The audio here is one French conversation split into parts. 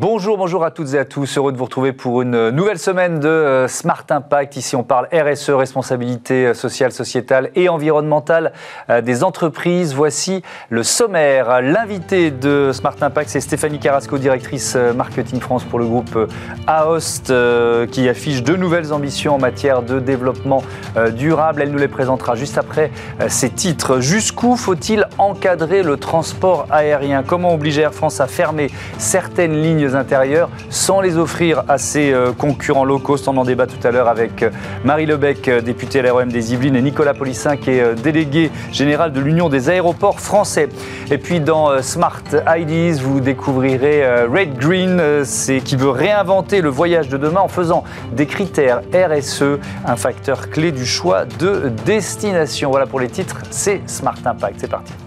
Bonjour à toutes et à tous. Heureux de vous retrouver pour une nouvelle semaine de Smart Impact. Ici, on parle RSE, responsabilité sociale, sociétale et environnementale des entreprises. Voici le sommaire. L'invité de Smart Impact, c'est Stéphanie Carrasco, directrice marketing France pour le groupe AOST, qui affiche de nouvelles ambitions en matière de développement durable. Elle nous les présentera juste après ces titres. Jusqu'où faut-il encadrer le transport aérien ? Comment obliger Air France à fermer certaines lignes intérieures sans les offrir à ses concurrents low cost? On en débat tout à l'heure avec Marie Lebec, députée LREM des Yvelines, et Nicolas Polissin, qui est délégué général de l'Union des aéroports français. Et puis dans Smart Ideas, vous découvrirez Red Green, qui veut réinventer le voyage de demain en faisant des critères RSE un facteur clé du choix de destination. Voilà pour les titres, c'est Smart Impact. C'est parti.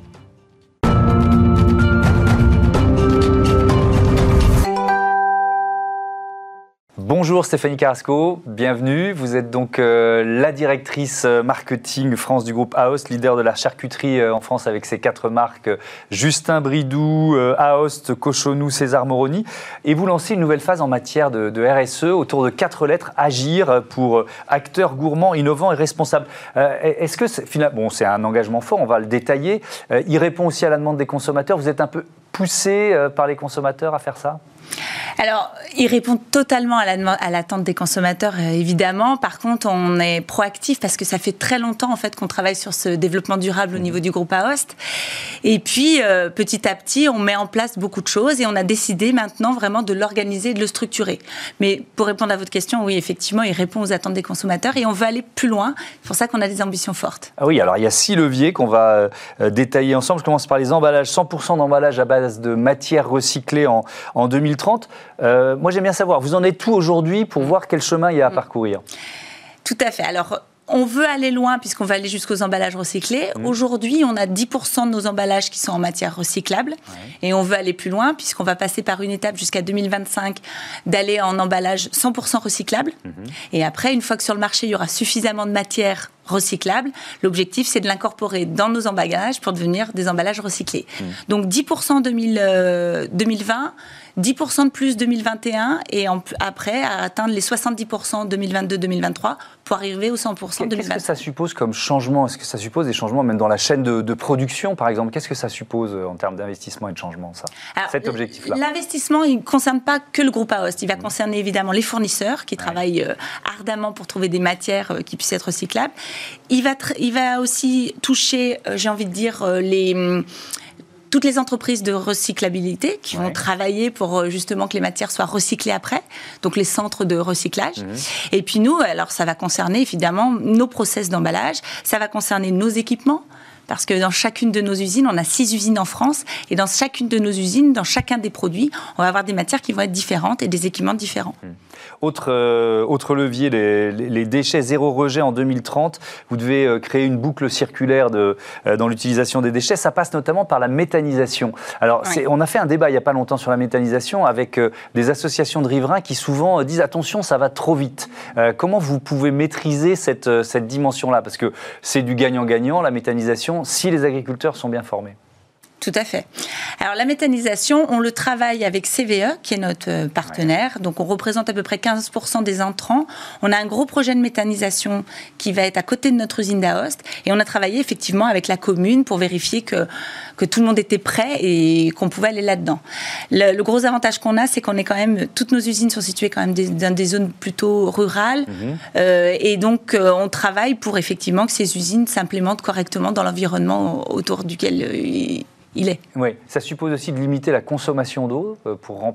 Bonjour Stéphanie Carrasco, bienvenue. Vous êtes donc la directrice marketing France du groupe AOST, leader de la charcuterie en France avec ses 4 marques Justin Bridou, AOST, Cochonou, César Moroni. Et vous lancez une nouvelle phase en matière de RSE autour de 4 lettres, agir pour acteurs gourmands, innovants et responsables. Est-ce que c'est un engagement fort, on va le détailler. Il répond aussi à la demande des consommateurs. Vous êtes un peu poussé par les consommateurs à faire ça ? Alors, il répond totalement à l'attente des consommateurs, évidemment. Par contre, on est proactif parce que ça fait très longtemps en fait, qu'on travaille sur ce développement durable au niveau du groupe AOST. Et puis, petit à petit, on met en place beaucoup de choses et on a décidé maintenant vraiment de l'organiser et de le structurer. Mais pour répondre à votre question, oui, effectivement, il répond aux attentes des consommateurs et on veut aller plus loin. C'est pour ça qu'on a des ambitions fortes. Ah oui, alors il y a 6 leviers qu'on va détailler ensemble. Je commence par les emballages. 100% d'emballages à base de matières recyclées en 2030. Moi, j'aime bien savoir, vous en êtes où aujourd'hui pour voir quel chemin il y a à parcourir ? Tout à fait. Alors, on veut aller loin puisqu'on va aller jusqu'aux emballages recyclés. Aujourd'hui, on a 10% de nos emballages qui sont en matière recyclable. Et on veut aller plus loin puisqu'on va passer par une étape jusqu'à 2025 d'aller en emballage 100% recyclable. Et après, une fois que sur le marché, il y aura suffisamment de matière recyclable, l'objectif, c'est de l'incorporer dans nos emballages pour devenir des emballages recyclés. Donc 10% 2020, 10% de plus 2021 et après à atteindre les 70% 2022-2023 pour arriver aux 100% 2020. Qu'est-ce que ça suppose comme changement ? Est-ce que ça suppose des changements même dans la chaîne de production, par exemple ? Qu'est-ce que ça suppose en termes d'investissement et de changement, ça, cet objectif-là ? L'investissement, il ne concerne pas que le groupe AOST. Il va concerner évidemment les fournisseurs qui travaillent ardemment pour trouver des matières qui puissent être recyclables. Il va aussi toucher, j'ai envie de dire, toutes les entreprises de recyclabilité qui vont travailler pour justement que les matières soient recyclées après, donc les centres de recyclage. Et puis nous, alors ça va concerner évidemment nos process d'emballage, ça va concerner nos équipements, parce que dans chacune de nos usines, on a 6 usines en France, et dans chacune de nos usines, dans chacun des produits, on va avoir des matières qui vont être différentes et des équipements différents. Autre levier, les déchets zéro rejet en 2030. Vous devez créer une boucle circulaire dans l'utilisation des déchets. Ça passe notamment par la méthanisation. Alors, on a fait un débat il n'y a pas longtemps sur la méthanisation avec des associations de riverains qui souvent disent « attention, ça va trop vite ». Comment vous pouvez maîtriser cette dimension-là ? Parce que c'est du gagnant-gagnant, la méthanisation, si les agriculteurs sont bien formés. Tout à fait. Alors la méthanisation, on le travaille avec CVE, qui est notre partenaire. Donc on représente à peu près 15% des intrants. On a un gros projet de méthanisation qui va être à côté de notre usine d'AOST. Et on a travaillé effectivement avec la commune pour vérifier que tout le monde était prêt et qu'on pouvait aller là-dedans. Le gros avantage qu'on a, c'est qu'on est quand même, toutes nos usines sont situées quand même dans des zones plutôt rurales. Et donc on travaille pour effectivement que ces usines s'implémentent correctement dans l'environnement autour duquel il est. Oui, ça suppose aussi de limiter la consommation d'eau pour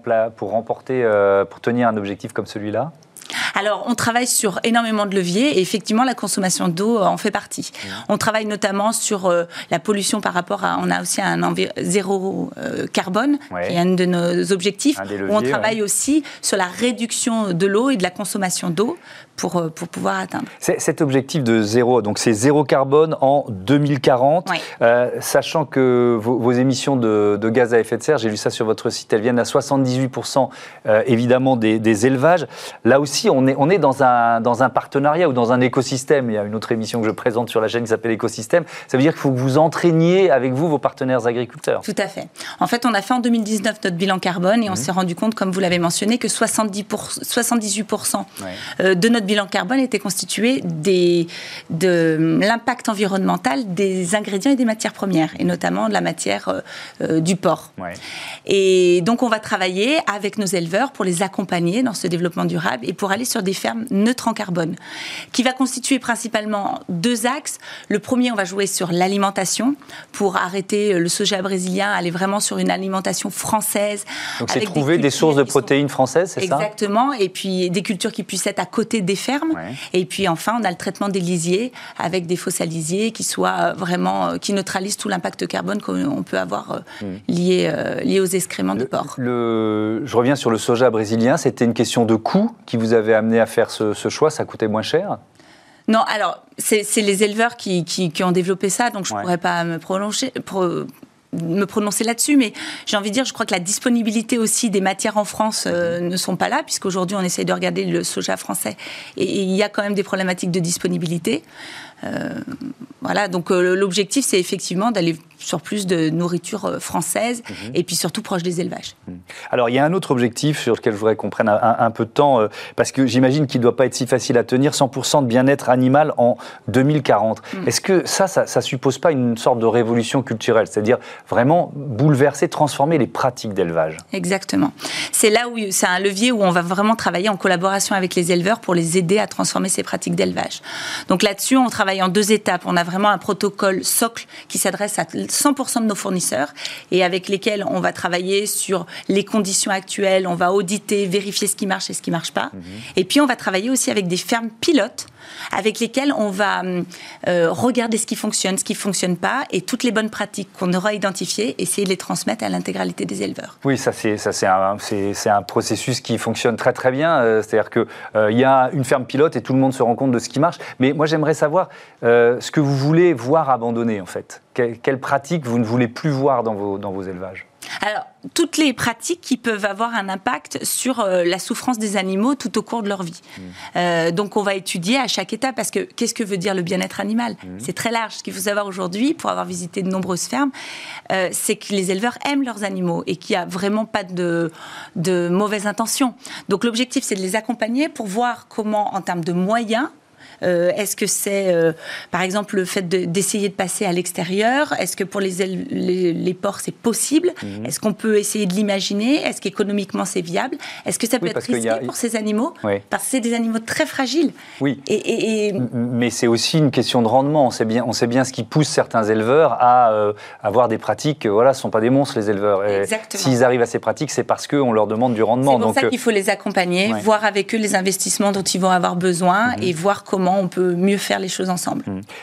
tenir un objectif comme celui-là. Alors, on travaille sur énormément de leviers et effectivement, la consommation d'eau en fait partie. On travaille notamment sur la pollution par rapport à... On a aussi un zéro carbone, qui est un de nos objectifs. Leviers, on travaille aussi sur la réduction de l'eau et de la consommation d'eau pour pouvoir atteindre. Cet objectif de zéro, donc c'est zéro carbone en 2040, sachant que vos émissions de gaz à effet de serre, j'ai lu ça sur votre site, elles viennent à 78% évidemment des élevages. Là aussi, aussi, on est dans un partenariat ou dans un écosystème. Il y a une autre émission que je présente sur la chaîne qui s'appelle Écosystème. Ça veut dire qu'il faut que vous entraîniez avec vous vos partenaires agriculteurs. Tout à fait. En fait, on a fait en 2019 notre bilan carbone et on s'est rendu compte, comme vous l'avez mentionné, que 78% de notre bilan carbone était constitué de l'impact environnemental des ingrédients et des matières premières, et notamment de la matière du porc. Ouais. Et donc, on va travailler avec nos éleveurs pour les accompagner dans ce développement durable et pour aller sur des fermes neutres en carbone, qui va constituer principalement 2 axes. Le premier, on va jouer sur l'alimentation pour arrêter le soja brésilien, aller vraiment sur une alimentation française. Donc, c'est trouver des sources de protéines françaises, c'est ça ? Exactement. Et puis, des cultures qui puissent être à côté des fermes. Ouais. Et puis, enfin, on a le traitement des lisiers avec des fossalisiers qui soient vraiment, qui neutralisent tout l'impact carbone qu'on peut avoir lié aux excréments de porc. Je reviens sur le soja brésilien. C'était une question de coût qui vous avait amené à faire ce choix. Ça coûtait moins cher ? Non, alors, c'est les éleveurs qui ont développé ça, donc je ne pourrais pas me prononcer là-dessus, mais j'ai envie de dire, je crois que la disponibilité aussi des matières en France ne sont pas là, puisqu'aujourd'hui, on essaye de regarder le soja français, et il y a quand même des problématiques de disponibilité. Voilà, donc l'objectif, c'est effectivement d'aller sur plus de nourriture française et puis surtout proche des élevages. Alors, il y a un autre objectif sur lequel je voudrais qu'on prenne un peu de temps, parce que j'imagine qu'il ne doit pas être si facile à tenir, 100% de bien-être animal en 2040. Est-ce que ça suppose pas une sorte de révolution culturelle, c'est-à-dire vraiment bouleverser, transformer les pratiques d'élevage ? Exactement. C'est là où c'est un levier où on va vraiment travailler en collaboration avec les éleveurs pour les aider à transformer ces pratiques d'élevage. Donc là-dessus, on travaille en 2 étapes. On a vraiment un protocole socle qui s'adresse à 100% de nos fournisseurs et avec lesquels on va travailler sur les conditions actuelles, on va auditer, vérifier ce qui marche et ce qui ne marche pas. Et puis, on va travailler aussi avec des fermes pilotes avec lesquelles on va regarder ce qui fonctionne, ce qui ne fonctionne pas et toutes les bonnes pratiques qu'on aura identifiées, essayer de les transmettre à l'intégralité des éleveurs. Oui, c'est un processus qui fonctionne très très bien. C'est-à-dire qu'il y a une ferme pilote et tout le monde se rend compte de ce qui marche. Mais moi, j'aimerais savoir ce que vous voulez voir abandonner, en fait. Quelles pratiques vous ne voulez plus voir dans vos élevages ? Alors, toutes les pratiques qui peuvent avoir un impact sur la souffrance des animaux tout au cours de leur vie. Donc, on va étudier à chaque étape, parce que qu'est-ce que veut dire le bien-être animal ? C'est très large. Ce qu'il faut savoir aujourd'hui, pour avoir visité de nombreuses fermes, c'est que les éleveurs aiment leurs animaux et qu'il n'y a vraiment pas de mauvaises intentions. Donc, l'objectif, c'est de les accompagner pour voir comment, en termes de moyens, est-ce que c'est, par exemple, le fait d'essayer de passer à l'extérieur ? Est-ce que pour les porcs, c'est possible ? Est-ce qu'on peut essayer de l'imaginer ? Est-ce qu'économiquement, c'est viable ? Est-ce que ça peut être risqué pour ces animaux ? Parce que c'est des animaux très fragiles. Oui, mais c'est aussi une question de rendement. On sait bien ce qui pousse certains éleveurs à avoir des pratiques. Ce ne sont pas des monstres, les éleveurs. Exactement. S'ils arrivent à ces pratiques, c'est parce qu'on leur demande du rendement. C'est pour ça qu'il faut les accompagner, voir avec eux les investissements dont ils vont avoir besoin et voir comment on peut mieux faire les choses ensemble.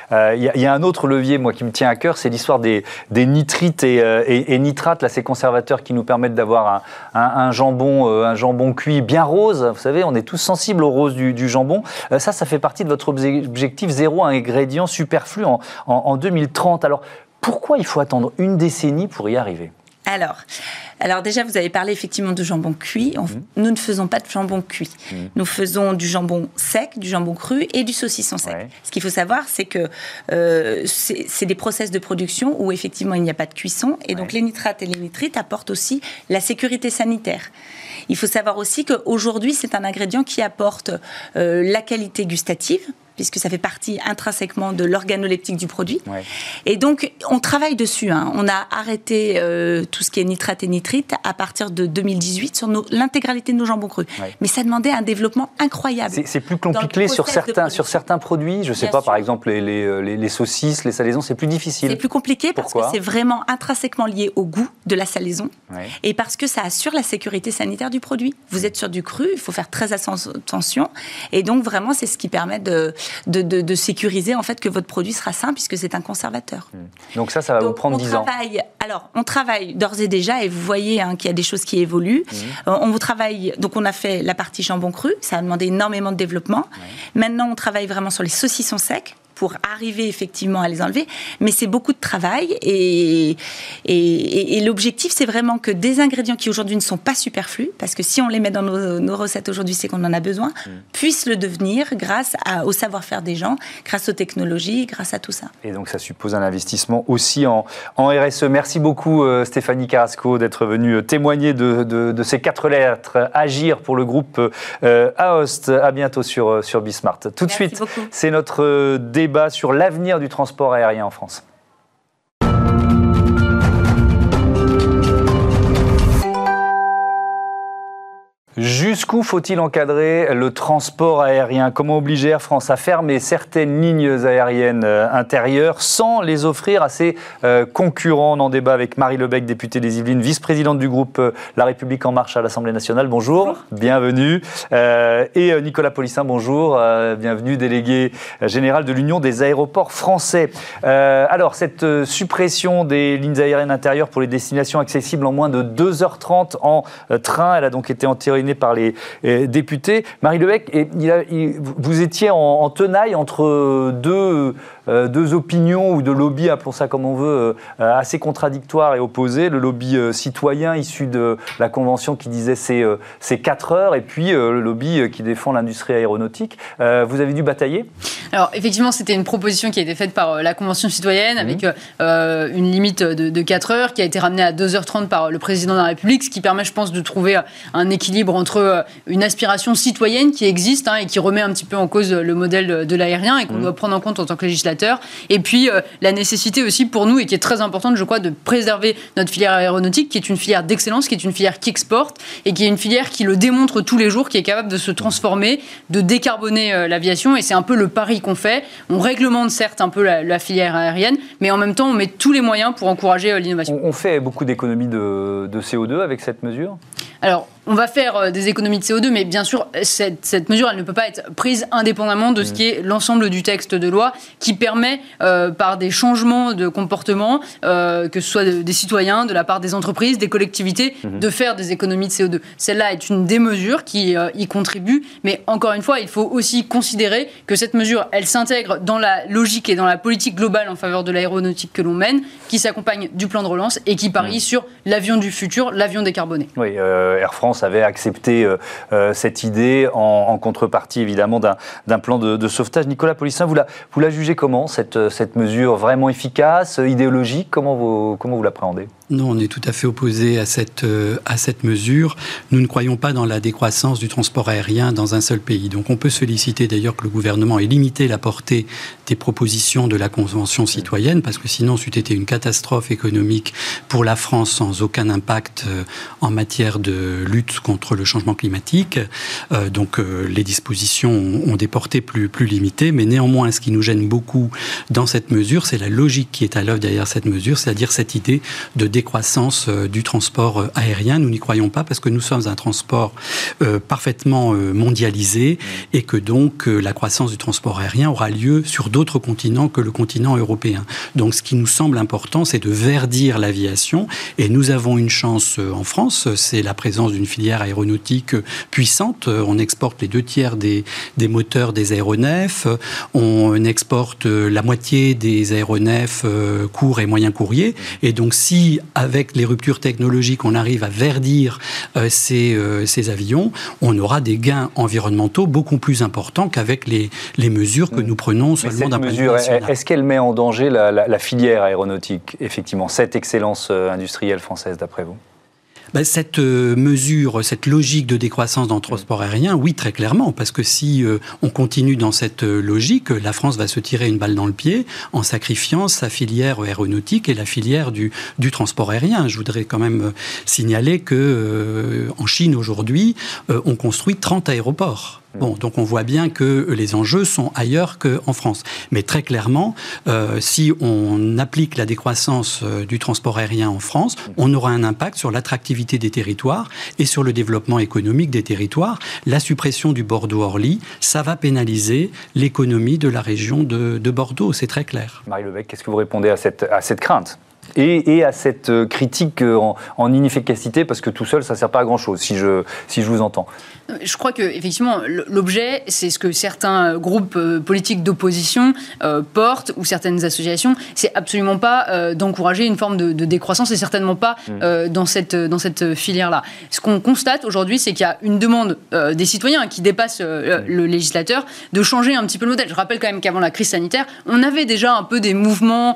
Il y a un autre levier, moi, qui me tient à cœur, c'est l'histoire des nitrites et nitrates, là, ces conservateurs qui nous permettent d'avoir un jambon cuit bien rose. Vous savez, on est tous sensibles au rose du jambon. Ça fait partie de votre objectif zéro ingrédient superflu en 2030. Alors, pourquoi il faut attendre une décennie pour y arriver ? Alors déjà, vous avez parlé effectivement de jambon cuit. Nous ne faisons pas de jambon cuit. Nous faisons du jambon sec, du jambon cru et du saucisson sec. Ouais. Ce qu'il faut savoir, c'est que c'est des process de production où effectivement il n'y a pas de cuisson. Et donc les nitrates et les nitrites apportent aussi la sécurité sanitaire. Il faut savoir aussi qu'aujourd'hui, c'est un ingrédient qui apporte la qualité gustative, puisque ça fait partie intrinsèquement de l'organoleptique du produit. Ouais. Et donc, on travaille dessus. On a arrêté tout ce qui est nitrate et nitrite à partir de 2018 sur l'intégralité de nos jambons crus. Ouais. Mais ça demandait un développement incroyable. C'est plus compliqué sur certains produits. Je ne sais pas, par exemple, les saucisses, les salaisons, c'est plus difficile. C'est plus compliqué parce que c'est vraiment intrinsèquement lié au goût de la salaison et parce que ça assure la sécurité sanitaire du produit. Vous êtes sur du cru, il faut faire très attention. Et donc, vraiment, c'est ce qui permet de sécuriser en fait que votre produit sera sain puisque c'est un conservateur. Donc ça va vous prendre 10 ans. Alors, on travaille d'ores et déjà et vous voyez qu'il y a des choses qui évoluent. On travaille, donc on a fait la partie jambon cru, ça a demandé énormément de développement. Maintenant, on travaille vraiment sur les saucissons secs pour arriver effectivement à les enlever, mais c'est beaucoup de travail et l'objectif, c'est vraiment que des ingrédients qui aujourd'hui ne sont pas superflus, parce que si on les met dans nos recettes aujourd'hui, c'est qu'on en a besoin, puissent le devenir grâce au savoir-faire des gens, grâce aux technologies, grâce à tout ça. Et donc ça suppose un investissement aussi en RSE. Merci beaucoup Stéphanie Carrasco d'être venue témoigner de ces 4 lettres, agir pour le groupe AOST. À bientôt sur Bismart. Tout de suite, c'est notre débat sur l'avenir du transport aérien en France. Jusqu'où faut-il encadrer le transport aérien ? Comment obliger Air France à fermer certaines lignes aériennes intérieures sans les offrir à ses concurrents ? On en débat avec Marie Lebec, députée des Yvelines, vice-présidente du groupe La République En Marche à l'Assemblée nationale. Bonjour. Bienvenue. Et Nicolas Polissin, bonjour. Bienvenue, délégué général de l'Union des aéroports français. Alors, cette suppression des lignes aériennes intérieures pour les destinations accessibles en moins de 2h30 en train, elle a donc été entérinée par les députés. Marie Lebec, vous étiez en tenaille entre deux opinions ou deux lobbies, appelons ça comme on veut, assez contradictoires et opposés. Le lobby citoyen issu de la Convention qui disait c'est 4 heures, et puis le lobby qui défend l'industrie aéronautique. Vous avez dû batailler ? Alors effectivement, c'était une proposition qui a été faite par la Convention citoyenne avec une limite de 4 heures qui a été ramenée à 2h30 par le président de la République, ce qui permet, je pense, de trouver un équilibre entre une aspiration citoyenne qui existe et qui remet un petit peu en cause le modèle de l'aérien et qu'on doit prendre en compte en tant que législateur, et puis la nécessité aussi pour nous, et qui est très importante, je crois, de préserver notre filière aéronautique, qui est une filière d'excellence, qui est une filière qui exporte et qui est une filière qui le démontre tous les jours, qui est capable de se transformer, de décarboner l'aviation, et c'est un peu le pari qu'on fait. On réglemente certes un peu la filière aérienne, mais en même temps on met tous les moyens pour encourager l'innovation. On fait beaucoup d'économies de CO2 avec cette mesure ? Alors, on va faire des économies de CO2, mais bien sûr, cette mesure, elle ne peut pas être prise indépendamment de ce qui est l'ensemble du texte de loi, qui permet, par des changements de comportement, que ce soit des citoyens, de la part des entreprises, des collectivités, de faire des économies de CO2. Celle-là est une des mesures qui y contribue, mais encore une fois, il faut aussi considérer que cette mesure, elle s'intègre dans la logique et dans la politique globale en faveur de l'aéronautique que l'on mène, qui s'accompagne du plan de relance et qui parie sur l'avion du futur, l'avion décarboné. Oui, Air France avait accepté cette idée en contrepartie évidemment d'un plan de sauvetage. Nicolas Polissin, vous la jugez comment, cette mesure vraiment efficace, idéologique ? Comment vous l'appréhendez ? Non, on est tout à fait opposé à cette mesure. Nous ne croyons pas dans la décroissance du transport aérien dans un seul pays. Donc on peut se féliciter d'ailleurs que le gouvernement ait limité la portée des propositions de la Convention citoyenne, parce que sinon c'eût été une catastrophe économique pour la France sans aucun impact en matière de lutte contre le changement climatique. Donc les dispositions ont des portées plus limitées, mais néanmoins ce qui nous gêne beaucoup dans cette mesure, c'est la logique qui est à l'œuvre derrière cette mesure, c'est-à-dire cette idée de décroissance du transport aérien. Nous n'y croyons pas parce que nous sommes un transport parfaitement mondialisé et que donc la croissance du transport aérien aura lieu sur d'autres continents que le continent européen. Donc ce qui nous semble important, c'est de verdir l'aviation, et nous avons une chance en France, c'est la présence d'une filière aéronautique puissante. On exporte les 2/3 des moteurs des aéronefs, on exporte la moitié des aéronefs courts et moyens courriers, et donc si avec les ruptures technologiques on arrive à verdir ces avions, on aura des gains environnementaux beaucoup plus importants qu'avec les mesures que nous prenons seulement d'un point de vue national. Est-ce qu'elle met en danger la filière aéronautique, effectivement, cette excellence industrielle française, d'après vous ? Cette mesure, cette logique de décroissance dans le transport aérien, oui, très clairement, parce que si on continue dans cette logique, la France va se tirer une balle dans le pied en sacrifiant sa filière aéronautique et la filière du transport aérien. Je voudrais quand même signaler que en Chine aujourd'hui, on construit 30 aéroports. Bon, donc on voit bien que les enjeux sont ailleurs qu'en France. Mais très clairement, si on applique la décroissance du transport aérien en France, on aura un impact sur l'attractivité des territoires et sur le développement économique des territoires. La suppression du Bordeaux-Orly, ça va pénaliser l'économie de la région de Bordeaux, c'est très clair. Marie Lebec, qu'est-ce que vous répondez à cette crainte ? Et à cette critique en inefficacité, parce que tout seul, ça ne sert pas à grand-chose, si je vous entends. Je crois que effectivement, l'objet, c'est ce que certains groupes politiques d'opposition portent, ou certaines associations. C'est absolument pas d'encourager une forme de décroissance, et certainement pas dans cette filière-là. Ce qu'on constate aujourd'hui, c'est qu'il y a une demande des citoyens qui dépasse le législateur de changer un petit peu le modèle. Je rappelle quand même qu'avant la crise sanitaire, on avait déjà un peu des mouvements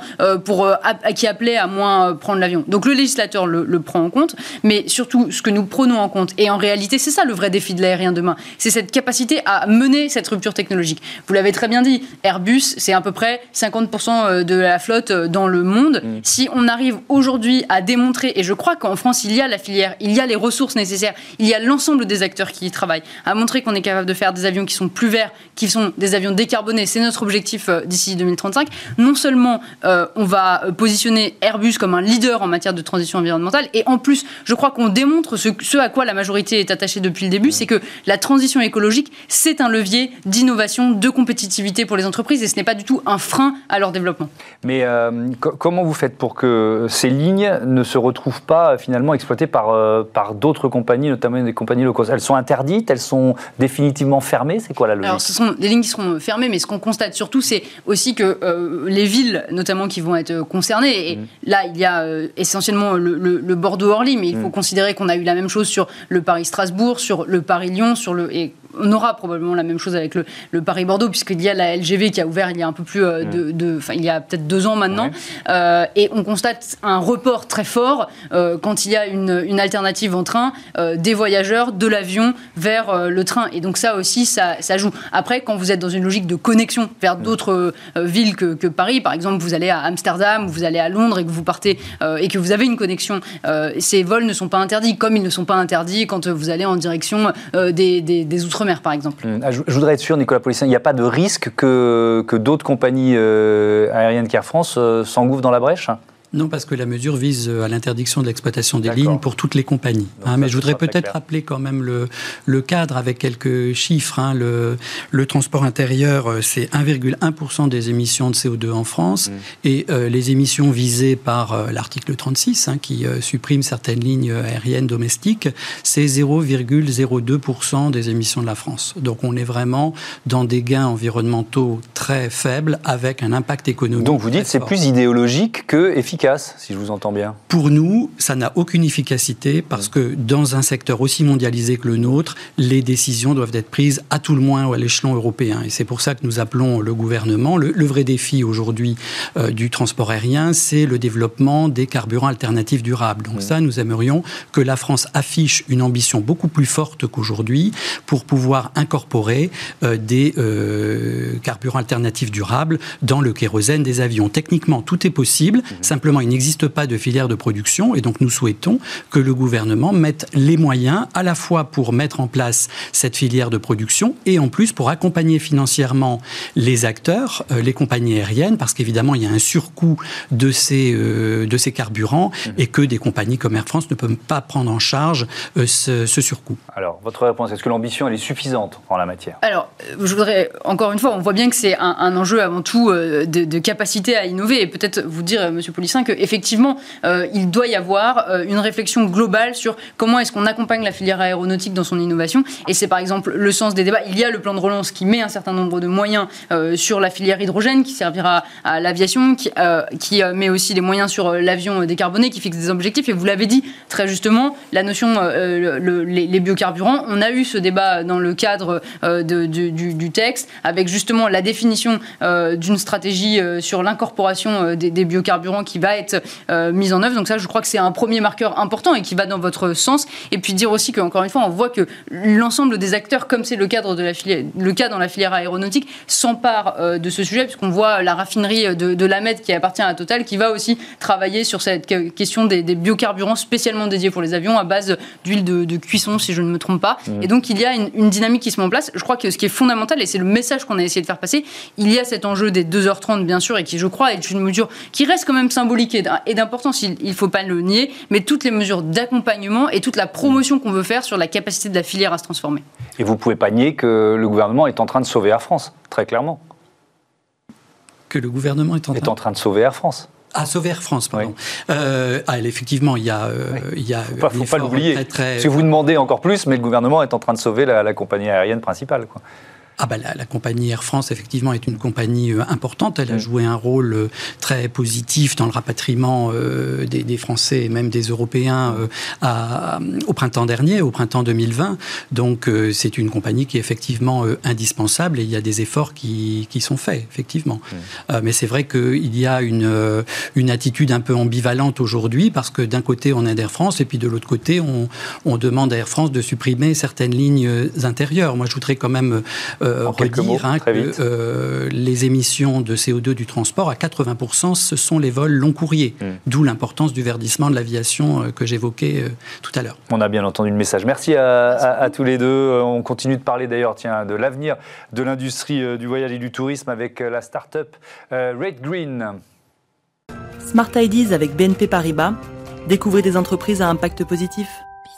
qui appelaient à moins prendre l'avion. Donc le législateur le prend en compte, mais surtout ce que nous prenons en compte, et en réalité c'est ça le vrai défi de l'aérien demain, c'est cette capacité à mener cette rupture technologique. Vous l'avez très bien dit, Airbus, c'est à peu près 50% de la flotte dans le monde. Si on arrive aujourd'hui à démontrer, et je crois qu'en France il y a la filière, il y a les ressources nécessaires, il y a l'ensemble des acteurs qui y travaillent, à montrer qu'on est capable de faire des avions qui sont plus verts, qui sont des avions décarbonés, c'est notre objectif d'ici 2035. Non seulement on va positionner Airbus comme un leader en matière de transition environnementale, et en plus, je crois qu'on démontre ce à quoi la majorité est attachée depuis le début, c'est que la transition écologique, c'est un levier d'innovation, de compétitivité pour les entreprises, et ce n'est pas du tout un frein à leur développement. Mais comment vous faites pour que ces lignes ne se retrouvent pas finalement exploitées par d'autres compagnies, notamment des compagnies low cost? Elles sont interdites? Elles sont définitivement fermées? C'est quoi la logique? Alors, ce sont des lignes qui seront fermées, mais ce qu'on constate surtout, c'est aussi que les villes, notamment, qui vont être concernées, et là, il y a essentiellement le Bordeaux-Orly, mais il faut considérer qu'on a eu la même chose sur le Paris-Strasbourg, sur le Paris-Lyon, et on aura probablement la même chose avec le Paris-Bordeaux, puisqu'il y a la LGV qui a ouvert il y a un peu plus il y a peut-être 2 ans maintenant, et on constate un report très fort quand il y a une alternative en train des voyageurs de l'avion vers le train, et donc ça aussi ça joue. Après, quand vous êtes dans une logique de connexion vers d'autres villes que Paris, par exemple, vous allez à Amsterdam ou vous allez à Londres et que vous partez et que vous avez une connexion, ces vols ne sont pas interdits, comme ils ne sont pas interdits quand vous allez en direction des Outre-mer, par exemple. Je voudrais être sûr, Nicolas Polissin, il n'y a pas de risque que d'autres compagnies aériennes qu'Air France s'engouffrent dans la brèche? Non, parce que la mesure vise à l'interdiction de l'exploitation des lignes pour toutes les compagnies. Mais je voudrais peut-être rappeler quand même le cadre avec quelques chiffres. Le transport intérieur, c'est 1,1% des émissions de CO2 en France. Et les émissions visées par l'article 36, qui supprime certaines lignes aériennes domestiques, c'est 0,02% des émissions de la France. Donc on est vraiment dans des gains environnementaux très faibles avec un impact économique. Donc vous dites que c'est plus idéologique que efficace, si je vous entends bien. Pour nous, ça n'a aucune efficacité parce que dans un secteur aussi mondialisé que le nôtre, les décisions doivent être prises à tout le moins à l'échelon européen. Et c'est pour ça que nous appelons le gouvernement. Le vrai défi aujourd'hui du transport aérien, c'est le développement des carburants alternatifs durables. Donc ça, nous aimerions que la France affiche une ambition beaucoup plus forte qu'aujourd'hui pour pouvoir incorporer des carburants alternatifs durables dans le kérosène des avions. Techniquement, tout est possible. Simplement, il n'existe pas de filière de production et donc nous souhaitons que le gouvernement mette les moyens à la fois pour mettre en place cette filière de production et en plus pour accompagner financièrement les acteurs, les compagnies aériennes, parce qu'évidemment il y a un surcoût de ces carburants et que des compagnies comme Air France ne peuvent pas prendre en charge ce surcoût. Alors, votre réponse, est-ce que l'ambition elle est suffisante en la matière? Alors, je voudrais, encore une fois, on voit bien que c'est un enjeu avant tout de capacité à innover, et peut-être vous dire, Monsieur Polissin, qu'effectivement, il doit y avoir une réflexion globale sur comment est-ce qu'on accompagne la filière aéronautique dans son innovation. Et c'est par exemple le sens des débats. Il y a le plan de relance qui met un certain nombre de moyens sur la filière hydrogène, qui servira à l'aviation, qui met aussi des moyens sur l'avion décarboné, qui fixe des objectifs. Et vous l'avez dit très justement, la notion, les biocarburants, on a eu ce débat dans le cadre du texte, avec justement la définition d'une stratégie sur l'incorporation des biocarburants qui va être mise en œuvre. Donc ça, je crois que c'est un premier marqueur important et qui va dans votre sens. Et puis dire aussi qu'encore une fois, on voit que l'ensemble des acteurs, comme c'est le cas dans la filière aéronautique, s'emparent de ce sujet, puisqu'on voit la raffinerie de La Mède qui appartient à Total, qui va aussi travailler sur cette question des biocarburants spécialement dédiés pour les avions à base d'huile de cuisson, si je ne me trompe pas. Et donc il y a une dynamique qui se met en place. Je crois que ce qui est fondamental, et c'est le message qu'on a essayé de faire passer, il y a cet enjeu des 2h30 bien sûr, et qui je crois est une mesure qui reste quand même symbolique et d'importance, il ne faut pas le nier, mais toutes les mesures d'accompagnement et toute la promotion qu'on veut faire sur la capacité de la filière à se transformer. Et vous ne pouvez pas nier que le gouvernement est en train de sauver Air France, très clairement. Que le gouvernement est en train de sauver Air France. Sauver Air France, pardon. Oui. Effectivement, il y a... faut pas l'oublier. Parce que vous demandez encore plus, mais le gouvernement est en train de sauver la compagnie aérienne principale, quoi. La compagnie Air France, effectivement, est une compagnie importante. Elle a joué un rôle très positif dans le rapatriement des Français et même des Européens au printemps dernier, au printemps 2020. Donc, c'est une compagnie qui est effectivement indispensable et il y a des efforts qui sont faits, effectivement. Mais c'est vrai qu'il y a une attitude un peu ambivalente aujourd'hui parce que d'un côté, on aide Air France et puis de l'autre côté, on demande à Air France de supprimer certaines lignes intérieures. Moi, je voudrais quand même... redire que les émissions de CO2 du transport, à 80%, ce sont les vols long courriers. D'où l'importance du verdissement de l'aviation que j'évoquais tout à l'heure. On a bien entendu le message. Merci à tous les deux. On continue de parler d'ailleurs de l'avenir de l'industrie du voyage et du tourisme avec la start-up Red Green. Smart Ideas avec BNP Paribas. Découvrez des entreprises à impact positif.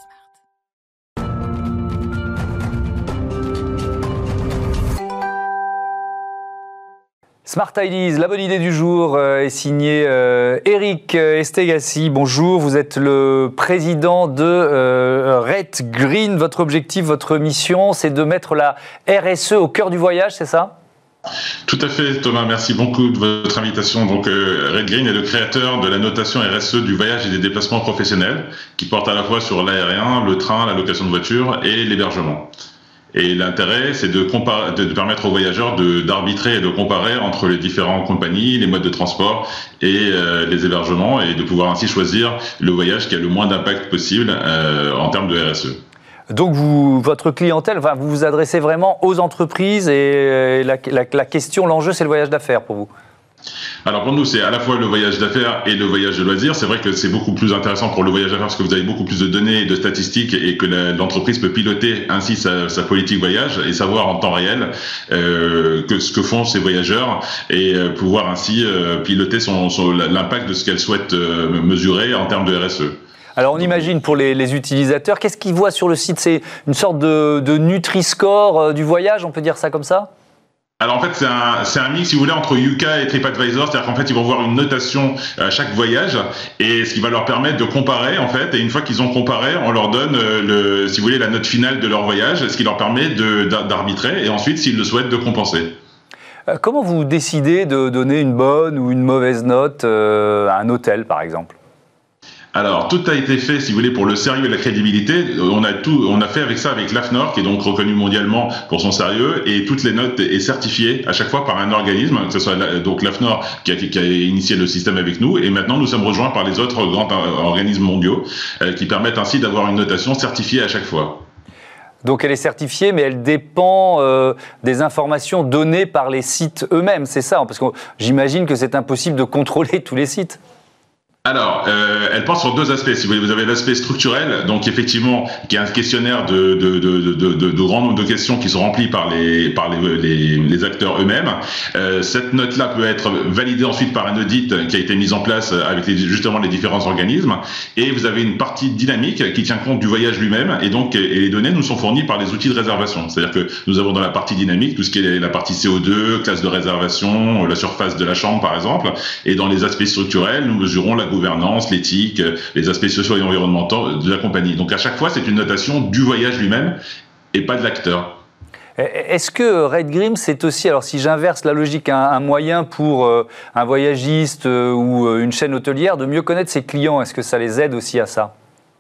Smart Ideas, la bonne idée du jour est signée Eric Estegassi. Bonjour, vous êtes le président de Red Green. Votre objectif, votre mission, c'est de mettre la RSE au cœur du voyage, c'est ça ? Tout à fait, Thomas. Merci beaucoup de votre invitation. Donc, Red Green est le créateur de la notation RSE du voyage et des déplacements professionnels, qui porte à la fois sur l'aérien, le train, la location de voiture et l'hébergement. Et l'intérêt, c'est de permettre aux voyageurs d'arbitrer et de comparer entre les différentes compagnies, les modes de transport et les hébergements, et de pouvoir ainsi choisir le voyage qui a le moins d'impact possible en termes de RSE. Donc votre clientèle, vous vous adressez vraiment aux entreprises et la question, l'enjeu, c'est le voyage d'affaires pour vous ? Alors pour nous, c'est à la fois le voyage d'affaires et le voyage de loisirs. C'est vrai que c'est beaucoup plus intéressant pour le voyage d'affaires parce que vous avez beaucoup plus de données et de statistiques et que l'entreprise peut piloter ainsi sa politique voyage et savoir en temps réel que ce que font ces voyageurs et pouvoir ainsi piloter l'impact de ce qu'elle souhaite mesurer en termes de RSE. Alors on imagine pour les utilisateurs, qu'est-ce qu'ils voient sur le site ? C'est une sorte de Nutri-Score du voyage, on peut dire ça comme ça ? Alors en fait, c'est un mix, si vous voulez, entre Yuka et TripAdvisor, c'est-à-dire qu'en fait, ils vont voir une notation à chaque voyage, et ce qui va leur permettre de comparer, en fait, et une fois qu'ils ont comparé, on leur donne, si vous voulez, la note finale de leur voyage, ce qui leur permet d'arbitrer, et ensuite, s'ils le souhaitent, de compenser. Comment vous décidez de donner une bonne ou une mauvaise note à un hôtel, par exemple ? Alors, tout a été fait, si vous voulez, pour le sérieux et la crédibilité. On a fait avec ça avec l'AFNOR, qui est donc reconnu mondialement pour son sérieux, et toutes les notes est certifiées à chaque fois par un organisme, que ce soit donc l'AFNOR qui a initié le système avec nous, et maintenant nous sommes rejoints par les autres grands organismes mondiaux qui permettent ainsi d'avoir une notation certifiée à chaque fois. Donc elle est certifiée, mais elle dépend des informations données par les sites eux-mêmes, c'est ça ? Parce que j'imagine que c'est impossible de contrôler tous les sites. Alors, elle porte sur deux aspects. Si vous voulez, vous avez l'aspect structurel, donc effectivement, qui est un questionnaire de grand nombre de questions qui sont remplies par les acteurs eux-mêmes. Cette note-là peut être validée ensuite par un audit qui a été mis en place avec justement les différents organismes. Et vous avez une partie dynamique qui tient compte du voyage lui-même, et donc les données nous sont fournies par les outils de réservation. C'est-à-dire que nous avons dans la partie dynamique tout ce qui est la partie CO2, classe de réservation, la surface de la chambre par exemple, et dans les aspects structurels, nous mesurons la gouvernance, l'éthique, les aspects sociaux et environnementaux de la compagnie. Donc à chaque fois, c'est une notation du voyage lui-même et pas de l'acteur. Est-ce que Red Green, c'est aussi, alors si j'inverse la logique, un moyen pour un voyagiste ou une chaîne hôtelière de mieux connaître ses clients ? Est-ce que ça les aide aussi à ça ?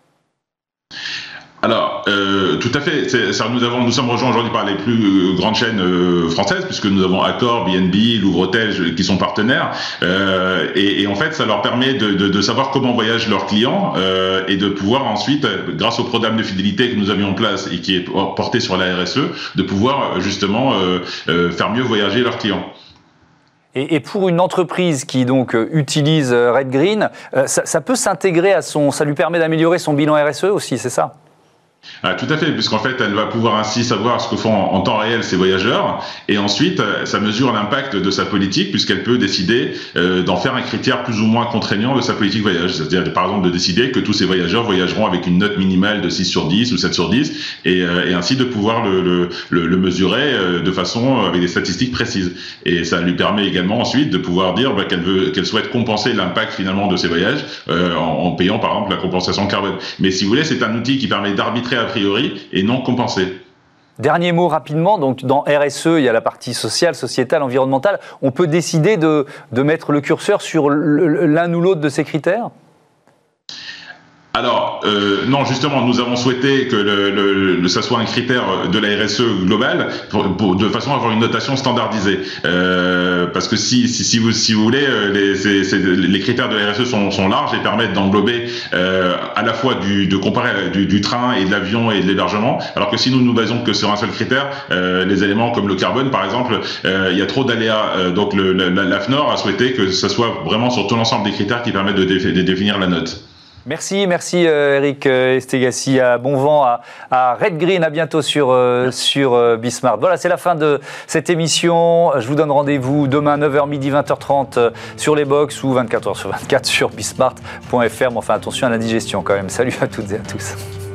Alors, tout à fait. Nous sommes rejoints aujourd'hui par les plus grandes chaînes françaises, puisque nous avons Accor, B&B, Louvre Hôtel qui sont partenaires. Et en fait, ça leur permet de savoir comment voyagent leurs clients et de pouvoir ensuite, grâce au programme de fidélité que nous avions en place et qui est porté sur la RSE, de pouvoir justement faire mieux voyager leurs clients. Et pour une entreprise qui donc utilise Red Green, ça peut s'intégrer ça lui permet d'améliorer son bilan RSE aussi, c'est ça ? Tout à fait, puisqu'en fait, elle va pouvoir ainsi savoir ce que font en temps réel ces voyageurs, et ensuite, ça mesure l'impact de sa politique, puisqu'elle peut décider d'en faire un critère plus ou moins contraignant de sa politique voyage. C'est-à-dire, par exemple, de décider que tous ces voyageurs voyageront avec une note minimale de 6 sur 10 ou 7 sur 10, et ainsi de pouvoir le mesurer de façon avec des statistiques précises. Et ça lui permet également ensuite de pouvoir dire qu'elle souhaite compenser l'impact finalement de ces voyages en payant, par exemple, la compensation carbone. Mais si vous voulez, c'est un outil qui permet d'arbitrer a priori et non compensé. Dernier mot rapidement, donc dans RSE, il y a la partie sociale, sociétale, environnementale. On peut décider de mettre le curseur sur l'un ou l'autre de ces critères ? Alors, non, justement, nous avons souhaité que ça soit un critère de la RSE globale de façon à avoir une notation standardisée. Parce que si vous voulez, les critères de la RSE sont larges et permettent d'englober à la fois de comparer du train et de l'avion et de l'hébergement, alors que si nous nous basons que sur un seul critère, les éléments comme le carbone, par exemple, il y a trop d'aléas. Donc, l'AFNOR a souhaité que ça soit vraiment sur tout l'ensemble des critères qui permettent de définir la note. Merci Eric Estégassi. Bon vent à Red Green. À bientôt sur Bismart. Voilà, c'est la fin de cette émission. Je vous donne rendez-vous demain 9h midi 20h30 sur les box ou 24h sur 24 sur bismart.fr. Mais enfin, attention à l'indigestion quand même. Salut à toutes et à tous.